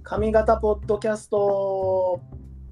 上方ポッドキャスト。 お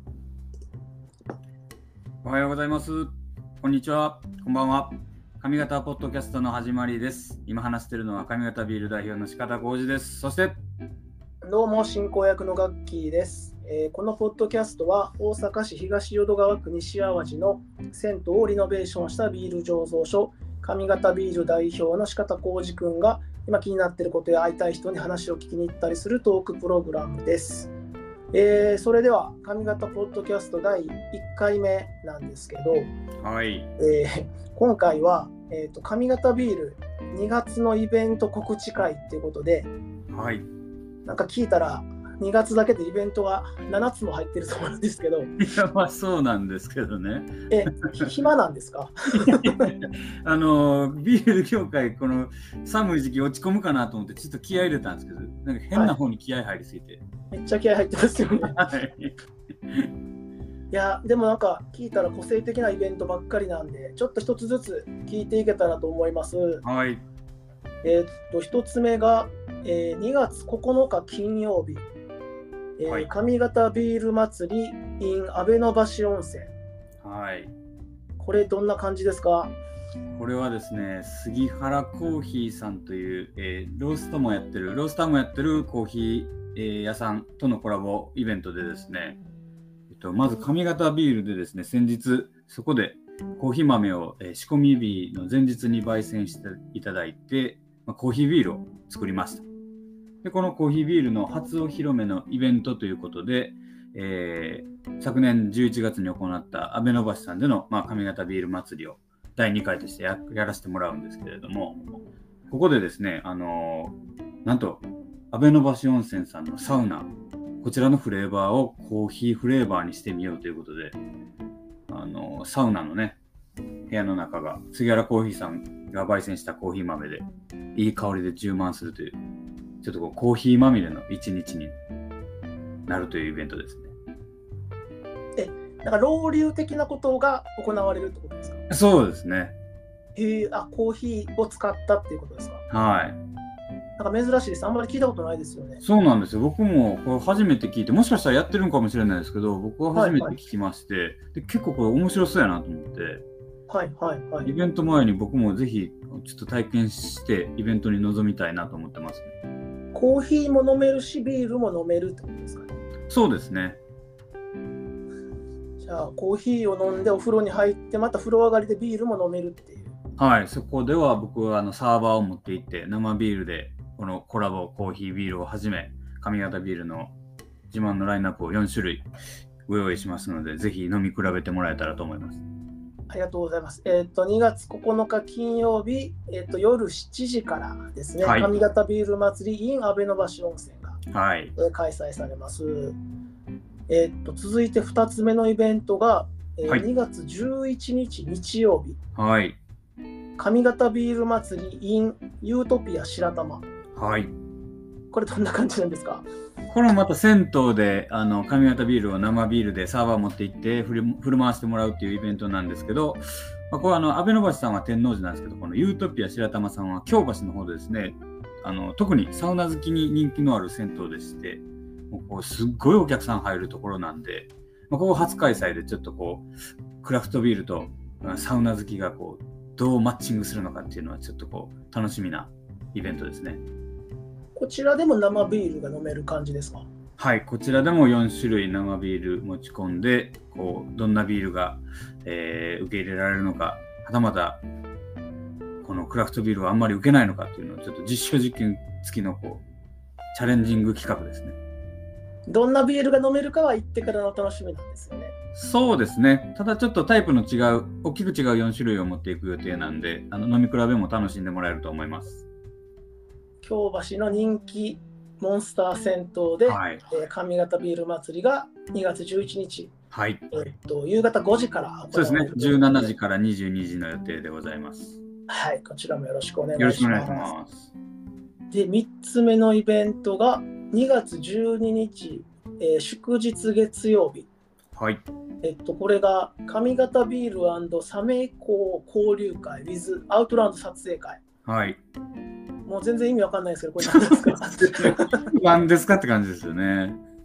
はようございます。こんにちは。こんばんは。上方ポッドキャストの始まりです。今話しているのは上方ビール代表の鹿田浩二です。そしてどうも進行役のガッキーです。このポッドキャストは大阪市東淀川区西淡路の銭湯をリノベーションしたビール醸造所上方ビール代表の鹿田浩二くんが今気になっていることや会いたい人に話を聞きに行ったりするトークプログラムです。それでは上方ポッドキャスト第1回目なんですけど、 はい、 今回は、上方ビール2月のイベント告知会っていうことで、 はい、 なんか聞いたら2月だけでイベントが7つも入ってると思うんですけど。 いや、まあそうなんですけどね。 暇なんですか？ ビール業界この寒い時期落ち込むかなと思ってちょっと気合い入れたんですけど、なんか変な方に気合い入りすぎて、 めっちゃ気合い入ってますよね。 はい、 いやでもなんか聞いたら個性的なイベントばっかりなんで、ちょっと一つずつ聞いていけたらと思います。 はい、 一つ目が、2月9日金曜日、上方ビール祭り in 阿部の橋温泉。 はい。 これどんな感じですか？ これはですね、杉原コーヒーさんという、ロースターもやってるコーヒー、屋さんとのコラボイベントでですね、まず上方ビールでですね、先日そこでコーヒー豆を、仕込み日の前日に焙煎していただいて、コーヒービールを作りました。でこのコーヒービールの初お披露目のイベントということで、昨年11月に行った阿部の橋さんでの、上方ビール祭りを第2回として やらせてもらうんですけれども、ここでですね、なんと阿部の橋温泉さんのサウナ、こちらのフレーバーをコーヒーフレーバーにしてみようということで、サウナのね、部屋の中が杉原コーヒーさんが焙煎したコーヒー豆でいい香りで充満するという、ちょっとコーヒーまみれの一日になるというイベントですね。 なんかロウリュ的なことが行われるってことですか？ そうですね。 コーヒーを使ったっていうことですか？ はい。 なんか珍しいです。あんまり聞いたことないですよね。 そうなんですよ。僕もこれ初めて聞いて、もしかしたらやってるんかもしれないですけど、僕は初めて聞きまして、で結構これ面白そうやなと思って、イベント前に僕もぜひちょっと体験してイベントに臨みたいなと思ってますね。 コーヒーも飲めるしビールも飲めるってことですかね？ そうですね。 じゃあコーヒーを飲んでお風呂に入ってまた風呂上がりでビールも飲めるっていう。 はい、そこでは僕はサーバーを持って行って生ビールでこのコラボコーヒービールをはじめ上方ビールの自慢のラインナップを4種類ご用意しますので、ぜひ飲み比べてもらえたらと思います。 ありがとうございます。2月9日金曜日、夜7時からですね、上方ビール祭り in 阿部の橋温泉が、開催されます。続いて2つ目のイベントが、2月11日日曜日、上方ビール祭り in ユートピア白玉。これどんな感じなんですか？ これもまた銭湯で上方ビールを生ビールでサーバー持って行って振る舞わせてもらうっていうイベントなんですけど、これ阿部の橋さんは天王寺なんですけど、このユートピア白玉さんは京橋の方でですね、特にサウナ好きに人気のある銭湯でして、もうすっごいお客さん入るところなんで、ここ初開催でちょっとクラフトビールとサウナ好きがどうマッチングするのかっていうのはちょっと楽しみなイベントですね。 こちらでも生ビールが飲める感じですか？ はい、こちらでも4種類生ビール持ち込んで、どんなビールが、受け入れられるのか、はたまたこのクラフトビールはあんまり受けないのかっていうのをちょっと実証実験付きのチャレンジング企画ですね。 どんなビールが飲めるかは行ってからの楽しみなんですよね。 そうですね。ただちょっとタイプの違う、大きく違う4種類を持っていく予定なんで、飲み比べも楽しんでもらえると思います。 京橋の人気モンスター銭湯で、上方ビール祭りが2月11日、夕方5時から行われる。 そうですね。17時から22時の予定でございます。 はい、こちらもよろしくお願いします。 よろしくお願いします。 で、3つ目のイベントが2月12日、祝日月曜日。これが上方ビール&サメコ交流会 with アウトランド撮影会。もう全然意味わかんないですけど、これ何ですか？ 何ですかって感じですよね。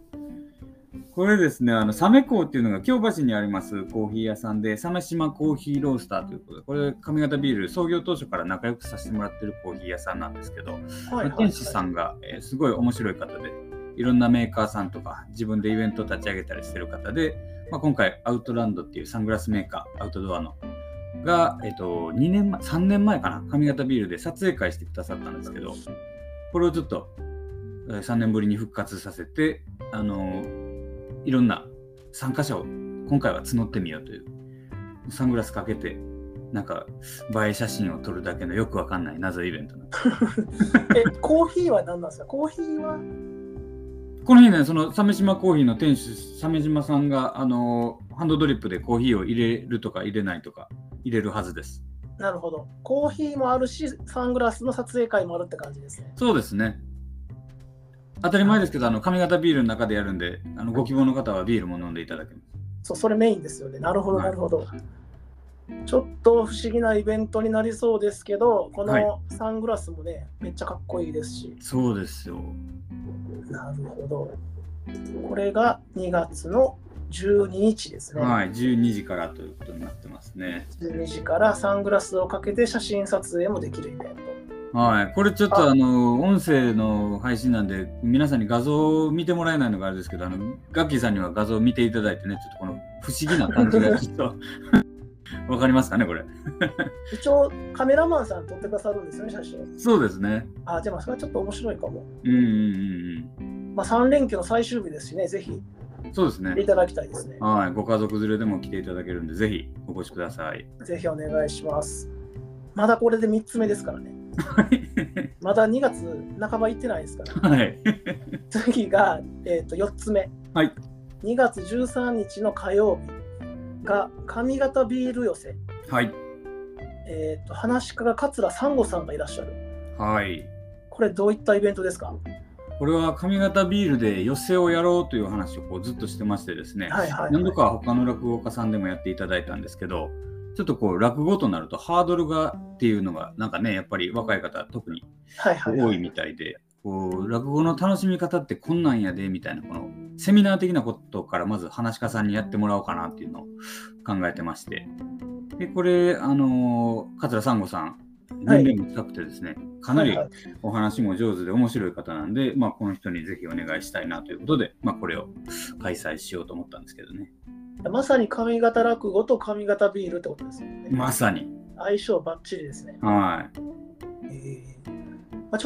これですね、サメ港っていうのが京橋にありますコーヒー屋さんで、鮫島コーヒーロースターということで、これ、上方ビール、創業当初から仲良くさせてもらってるコーヒー屋さんなんですけど、店主さんが、すごい面白い方で、いろんなメーカーさんとか、自分でイベントを立ち上げたりしてる方で、今回、アウトランドっていうサングラスメーカー、アウトドアの、が、3年前かな、上方ビールで撮影会してくださったんですけど、これをちょっと3年ぶりに復活させて、いろんな参加者を今回は募ってみようという、サングラスかけてなんか映え写真を撮るだけのよくわかんない謎イベントなんです。 コーヒーは何なんですか？コーヒーはこの日ね、その鮫島コーヒーの店主鮫島さんがハンドドリップでコーヒーを入れるとか入れないとか入れるはずです。 なるほど。コーヒーもあるし、サングラスの撮影会もあるって感じですね。 そうですね。当たり前ですけど、上方ビールの中でやるんで、ご希望の方はビールも飲んでいただけます。 そう、それメインですよね。なるほど、なるほど。ちょっと不思議なイベントになりそうですけど、このサングラスもね、めっちゃかっこいいですし。 そうですよ。 なるほど。これが2月の12日ですね。 はい、12時からということになってますね。 12時からサングラスをかけて写真撮影もできるイベント。 はい、これちょっと音声の配信なんで皆さんに画像を見てもらえないのがあれですけど、ガッキーさんには画像を見ていただいてね、ちょっとこの不思議な感じがちょっとわかりますかね、これ。 一応カメラマンさん撮ってくださるんですよね、写真。 そうですね。 じゃあそれはちょっと面白いかも。 まあ 3連休の最終日ですしね、ぜひ。 そうですね。 いただきたいですね。 はい、ご家族連れでも来ていただけるんで、ぜひお越しください。 ぜひお願いします。まだこれで3つ目ですからね。まだ2月半ば行ってないですから。 はい、 次が、4つ目。 はい。 2月13日の火曜日が上方ビール寄せ。 はい。 話し家が桂三吾さんがいらっしゃる。 はい。 これどういったイベントですか？ これは上方ビールで寄せをやろうという話をずっとしてましてですね、何度か他の落語家さんでもやっていただいたんですけど、ちょっと落語となるとハードルがっていうのがなんかね、やっぱり若い方特に多いみたいで、落語の楽しみ方ってこんなんやでみたいな、このセミナー的なことからまず話し家さんにやってもらおうかなっていうのを考えてまして、でこれ桂三吾さん年齢も近くてですね、かなりお話も上手で面白い方なんで、この人にぜひお願いしたいなということで、これを開催しようと思ったんですけどね。 まさに上方落語と上方ビールってことですよね。 まさに。 相性バッチリですね。 はい。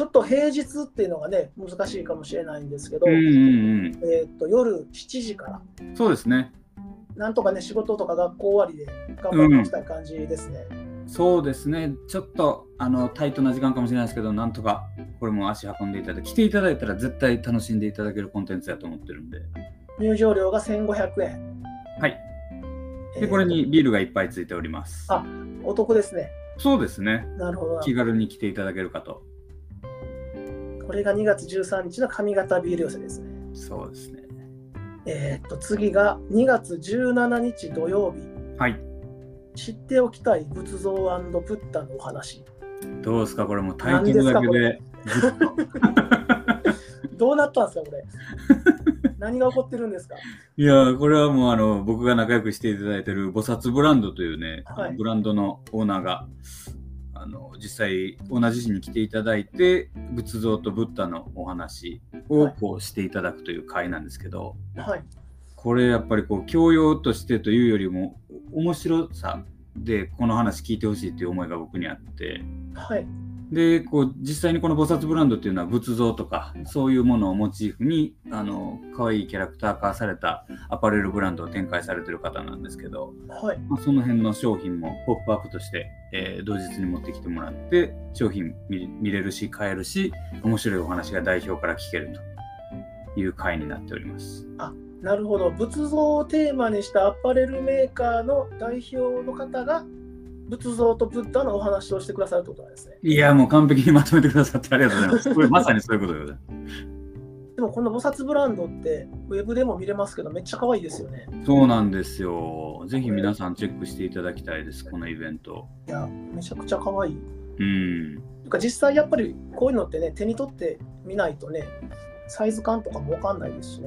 ちょっと平日っていうのがね、難しいかもしれないんですけど、夜7時から。 そうですね。 なんとかね、仕事とか学校終わりで頑張っていきたい感じですね。 そうですね。ちょっとタイトな時間かもしれないですけど、なんとかこれも足運んでいただいて、来ていただいたら絶対楽しんでいただけるコンテンツだと思ってるんで。 入場料が1500円。 はい。で、これにビールがいっぱいついております。 お得ですね。 そうですね。 なるほど。 気軽に来ていただけるかと。 これが2月13日の上方ビール寄せですね。 そうですね。 次が2月17日土曜日。 はい。 知っておきたい仏像&ブッダのお話。 どうですか、これもタイトルだけでずっと。 どうなったんですか、これ。何が起こってるんですか？ いや、これはもう僕が仲良くしていただいている菩薩ブランドというね、ブランドのオーナーが実際同じ日に来ていただいて、仏像とブッダのお話をしていただくという会なんですけど、これやっぱり教養としてというよりも面白さでこの話聞いてほしいという思いが僕にあって、で実際にこの菩薩ブランドっていうのは仏像とかそういうものをモチーフに可愛いキャラクター化されたアパレルブランドを展開されている方なんですけど、その辺の商品もポップアップとして、同日に持ってきてもらって商品 見れるし買えるし、面白いお話が代表から聞けるという会になっております。 なるほど。仏像をテーマにしたアパレルメーカーの代表の方が仏像とブッダのお話をしてくださるということなんですね。 いや、もう完璧にまとめてくださってありがとうございます。これまさにそういうことでございます。 でもこの菩薩ブランドってウェブでも見れますけど、めっちゃ可愛いですよね。 そうなんですよ。ぜひ皆さんチェックしていただきたいです、このイベント。 いや、めちゃくちゃ可愛い。実際やっぱりこういうのってね、手に取ってみないとね、サイズ感とかも分かんないですしね。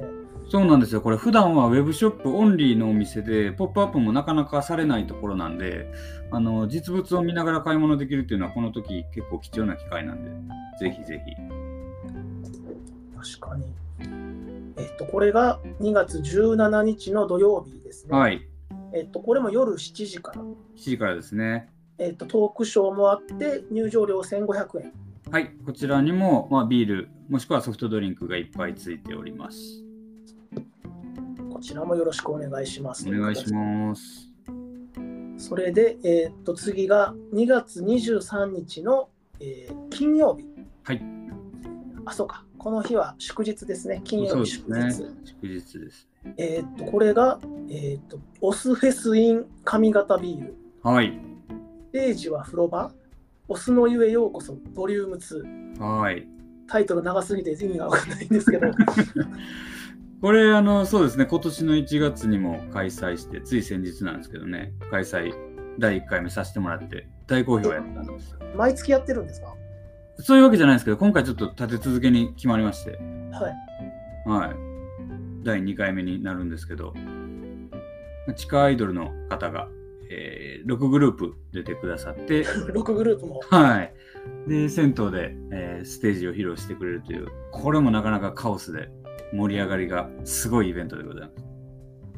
そうなんですよ。これ普段はウェブショップオンリーのお店で、ポップアップもなかなかされないところなんで、実物を見ながら買い物できるっていうのはこの時結構貴重な機会なんで、ぜひぜひ。 確かに。これが2月17日の土曜日ですね。 はい。 これも夜7時から。 7時からですね。 トークショーもあって、入場料1500円。 はい、こちらにも、ビール、もしくはソフトドリンクがいっぱいついております。 こちらもよろしくお願いします。 お願いします。 それで、次が2月23日の、金曜日。 はい。 そうか。この日は祝日ですね。金曜日祝日。 祝日ですね。これが、オスフェスイン上方ビール。 はい。 ステージは風呂場。オスの湯へようこそボリューム2。 はい。 タイトル長すぎて意味が分からないんですけど。 これそうですね。今年の1月にも開催して、つい先日なんですけどね、開催第1回目させてもらって大好評やったんですよ。 毎月やってるんですか？ そういうわけじゃないですけど、今回ちょっと立て続けに決まりまして、 はい。 第2回目になるんですけど、地下アイドルの方が、6グループ出てくださって 6グループも、 はい。で、銭湯で、ステージを披露してくれるという、これもなかなかカオスで盛り上がりがすごいイベントでございます。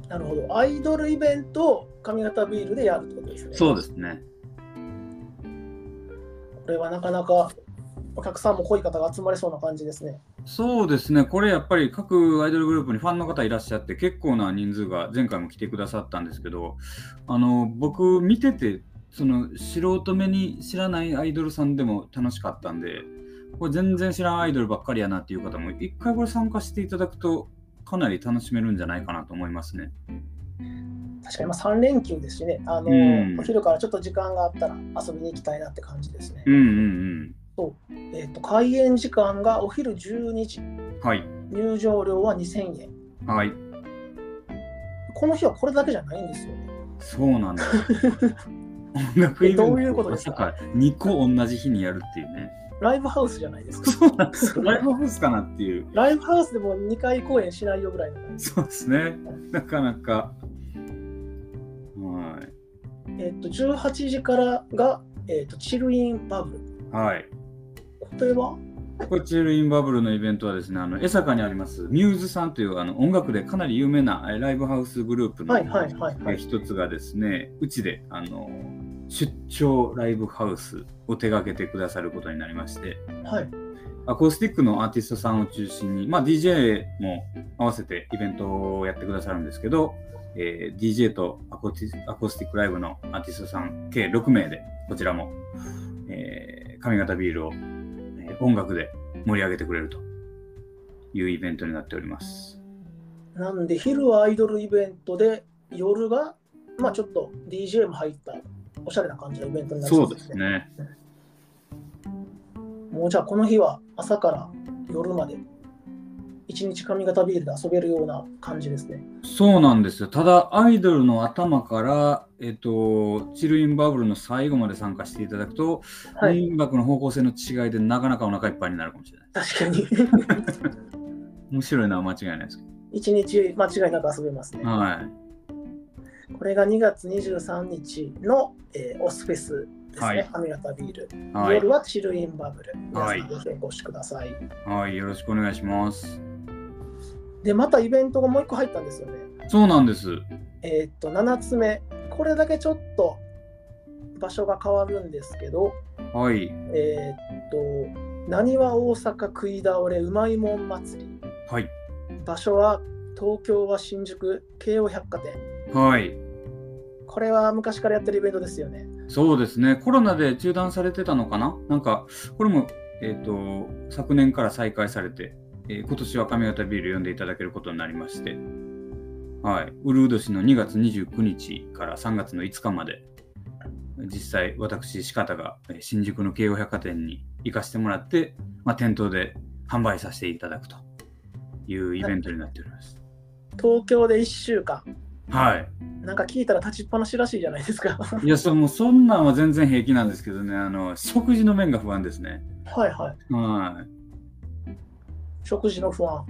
なるほど。アイドルイベントを上方ビールでやるってことですね。 そうですね。 これはなかなかお客さんも濃い方が集まりそうな感じですね。 そうですね。これやっぱり各アイドルグループにファンの方いらっしゃって結構な人数が前回も来てくださったんですけど、僕見ててその素人目に知らないアイドルさんでも楽しかったんで、これ全然知らんアイドルばっかりやなっていう方も一回これ参加していただくとかなり楽しめるんじゃないかなと思いますね。 確かに3連休ですしね、お昼からちょっと時間があったら遊びに行きたいなって感じですね。そう、開演時間がお昼12時、 はい、 入場料は2000円、 はい、 この日はこれだけじゃないんですよね。 そうなんだ。音楽イベントどういうことですか ？2個同じ日にやるっていうね。 ライブハウスじゃないですか。 そうなんです。ライブハウスかなっていう。 ライブハウスでも2回公演しないよぐらいの感じ。 そうですね。なかなか。はい。 18時からが、チルインバブル。 はい。 これはチルインバブルのイベントはですね、江坂にありますミューズさんという音楽でかなり有名なライブハウスグループの一つがですね、うちで出張ライブハウスを手掛けてくださることになりまして、 はい、 アコースティックのアーティストさんを中心に、DJ も合わせてイベントをやってくださるんですけど、DJ とアコースティックライブのアーティストさん計6名でこちらも、上方ビールを音楽で盛り上げてくれるというイベントになっております。 なんで昼はアイドルイベントで夜がちょっと DJ も入ったおしゃれな感じのイベントになりそうですね。 そうですね。 もうじゃあこの日は朝から夜まで一日上方ビールで遊べるような感じですね。 そうなんですよ。ただアイドルの頭からチルインバブルの最後まで参加していただくと、音楽の方向性の違いでなかなかお腹いっぱいになるかもしれない。 確かに。 面白いのは間違いないですけど。 一日間違いなく遊べますね。 はい。 これが2月23日の、オスフェスですね。上方ビール。夜はチルインバブル。皆さんごお越しください。 はい、よろしくお願いします。 で、またイベントがもう一個入ったんですよね。 そうなんです。 7つ目。これだけちょっと場所が変わるんですけど、 はい。 なにわ大阪食い倒れうまいもん祭り。 はい。 場所は東京は新宿京王百貨店。 はい。 これは昔からやってるイベントですよね。 そうですね。コロナで中断されてたのかな。なんかこれも昨年から再開されて、今年は上方ビール呼んでいただけることになりまして、はい。うるう年の2月29日から3月の5日まで実際私四方が新宿の京王百貨店に行かせてもらって、店頭で販売させていただくというイベントになっております。 東京で1週間。 はい。 なんか聞いたら立ちっぱなしらしいじゃないですか。 いや、そんなんは全然平気なんですけどね、食事の面が不安ですね。 はいはい。 はい。 食事の不安。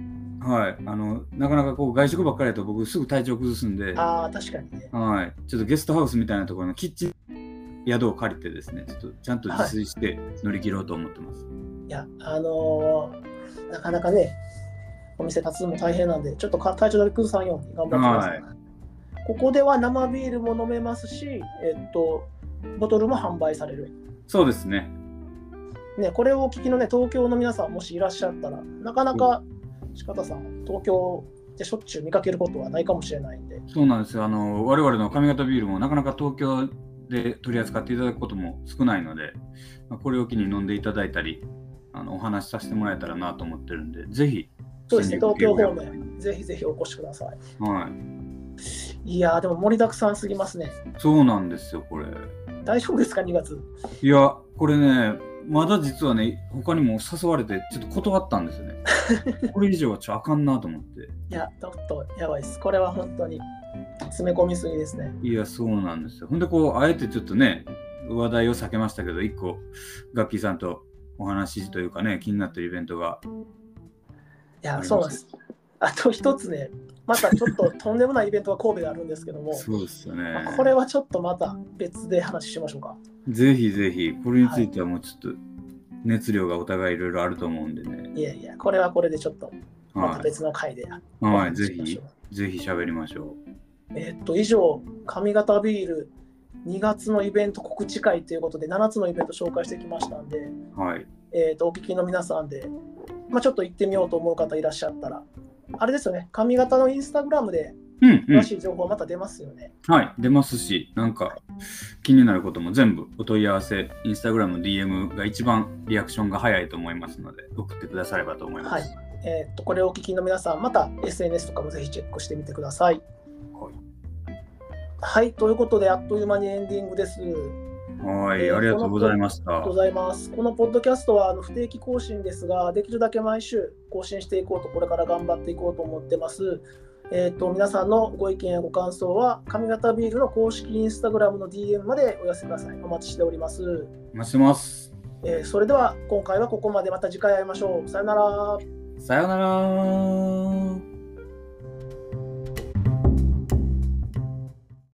はい、なかなかこう外食ばっかりだと僕すぐ体調崩すんで、 確かにね。 はい、ちょっとゲストハウスみたいなところのキッチン宿を借りてですね、ちゃんと自炊して乗り切ろうと思ってます。 いや、なかなかね、お店立つのも大変なんで、ちょっと体調だけ崩さんように頑張ってください。ここでは生ビールも飲めますし、ボトルも販売される。 そうですね。 ね、これをお聞きのね、東京の皆さんもしいらっしゃったら、なかなか四方さん、東京でしょっちゅう見かけることはないかもしれないんで。 そうなんですよ。我々の上方ビールもなかなか東京で取り扱っていただくことも少ないので、これを機に飲んでいただいたり、お話しさせてもらえたらなと思ってるんで、ぜひ。 そうですね、東京方面、ぜひぜひお越しください。 はい。 いやー、でも盛りだくさんすぎますね。 そうなんですよ、これ。 大丈夫ですか、2月。 いや、これね、まだ実はね、他にも誘われて、ちょっと断ったんですよね。これ以上はあかんなと思って。 いや、ちょっとやばいです。これは本当に詰め込みすぎですね。 いや、そうなんですよ。ほんで、あえてちょっとね、話題を避けましたけど、一個、ガッキーさんとお話というかね、気になってるイベントが。 いや、そうなんです。あと一つね、またちょっととんでもないイベントが神戸であるんですけども、 そうですよね。 これはちょっとまた別で話しましょうか。 ぜひぜひ、これについてはもうちょっと熱量がお互いいろいろあると思うんでね。 いやいや、これはこれでちょっとまた別の回で。 はい、ぜひ喋りましょう。以上、上方ビール2月のイベント告知会ということで、7つのイベント紹介してきましたんで、 はい。 お聞きの皆さんで、ちょっと行ってみようと思う方いらっしゃったら、あれですよね、上方のインスタグラムで詳しい情報また出ますよね。 はい、出ますし、なんか気になることも全部お問い合わせ、インスタグラムの DM が一番リアクションが早いと思いますので、送ってくださればと思います。 はい。これをお聞きの皆さん、また SNS とかもぜひチェックしてみてください。はい、ということで、あっという間にエンディングです。 はい、ありがとうございました。 ありがとうございます。このポッドキャストは不定期更新ですが、できるだけ毎週更新していこうと、これから頑張っていこうと思ってます。皆さんのご意見やご感想は、上方ビールの公式インスタグラムの DM までお寄せください。お待ちしております。 お待ちしてます。 それでは今回はここまで。また次回会いましょう。さよなら。 さよなら。